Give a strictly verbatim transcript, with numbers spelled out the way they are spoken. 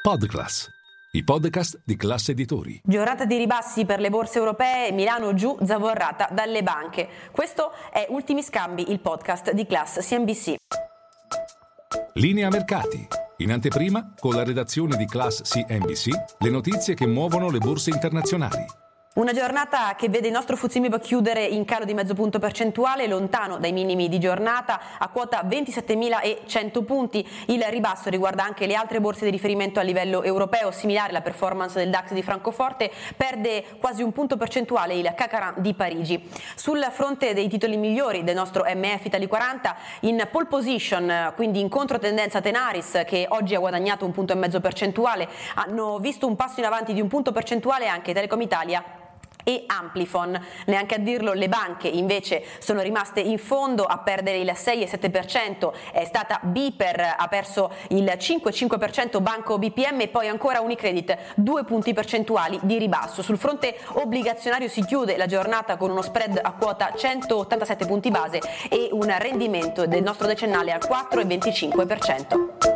Podclass, i podcast di Class Editori. Giornata di ribassi per le borse europee, Milano giù, zavorrata dalle banche. Questo è Ultimi Scambi, il podcast di Class C N B C. Linea mercati. In anteprima, con la redazione di Class C N B C, le notizie che muovono le borse internazionali. Una giornata che vede il nostro F T S E M I B chiudere in calo di mezzo punto percentuale, lontano dai minimi di giornata, a quota ventisettemilacento punti. Il ribasso riguarda anche le altre borse di riferimento a livello europeo, similare alla performance del DAX di Francoforte, perde quasi un punto percentuale il C A C quaranta di Parigi. Sul fronte dei titoli migliori del nostro M F Italy quaranta, in pole position, quindi in controtendenza Tenaris, che oggi ha guadagnato un punto e mezzo percentuale, hanno visto un passo in avanti di un punto percentuale anche Telecom Italia e Amplifon. Neanche a dirlo le banche invece sono rimaste in fondo a perdere il sei virgola sette per cento, è stata Biper, ha perso il cinque virgola cinque per cento Banco B P M e poi ancora Unicredit, due punti percentuali di ribasso. Sul fronte obbligazionario si chiude la giornata con uno spread a quota centottantasette punti base e un rendimento del nostro decennale al quattro virgola venticinque per cento.